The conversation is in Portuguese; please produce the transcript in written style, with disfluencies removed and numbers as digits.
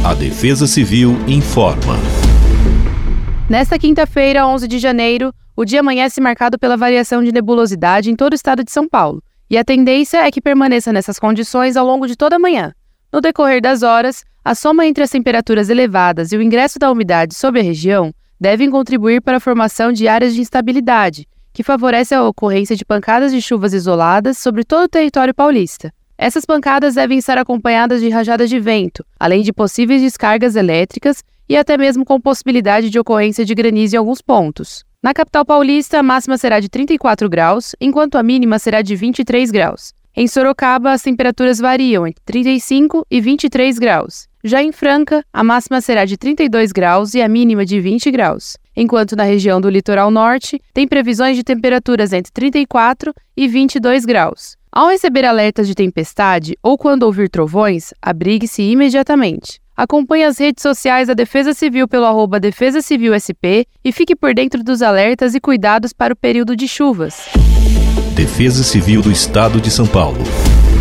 A Defesa Civil informa. Nesta quinta-feira, 11 de janeiro, o dia amanhece marcado pela variação de nebulosidade em todo o estado de São Paulo, e a tendência é que permaneça nessas condições ao longo de toda a manhã. No decorrer das horas, a soma entre as temperaturas elevadas e o ingresso da umidade sobre a região devem contribuir para a formação de áreas de instabilidade, que favorece a ocorrência de pancadas de chuvas isoladas sobre todo o território paulista. Essas pancadas devem estar acompanhadas de rajadas de vento, além de possíveis descargas elétricas e até mesmo com possibilidade de ocorrência de granizo em alguns pontos. Na capital paulista, a máxima será de 34 graus, enquanto a mínima será de 23 graus. Em Sorocaba, as temperaturas variam entre 35 e 23 graus. Já em Franca, a máxima será de 32 graus e a mínima de 20 graus. Enquanto na região do litoral norte, tem previsões de temperaturas entre 34 e 22 graus. Ao receber alertas de tempestade ou quando ouvir trovões, abrigue-se imediatamente. Acompanhe as redes sociais da Defesa Civil pelo @Defesa Civil SP e fique por dentro dos alertas e cuidados para o período de chuvas. Defesa Civil do Estado de São Paulo.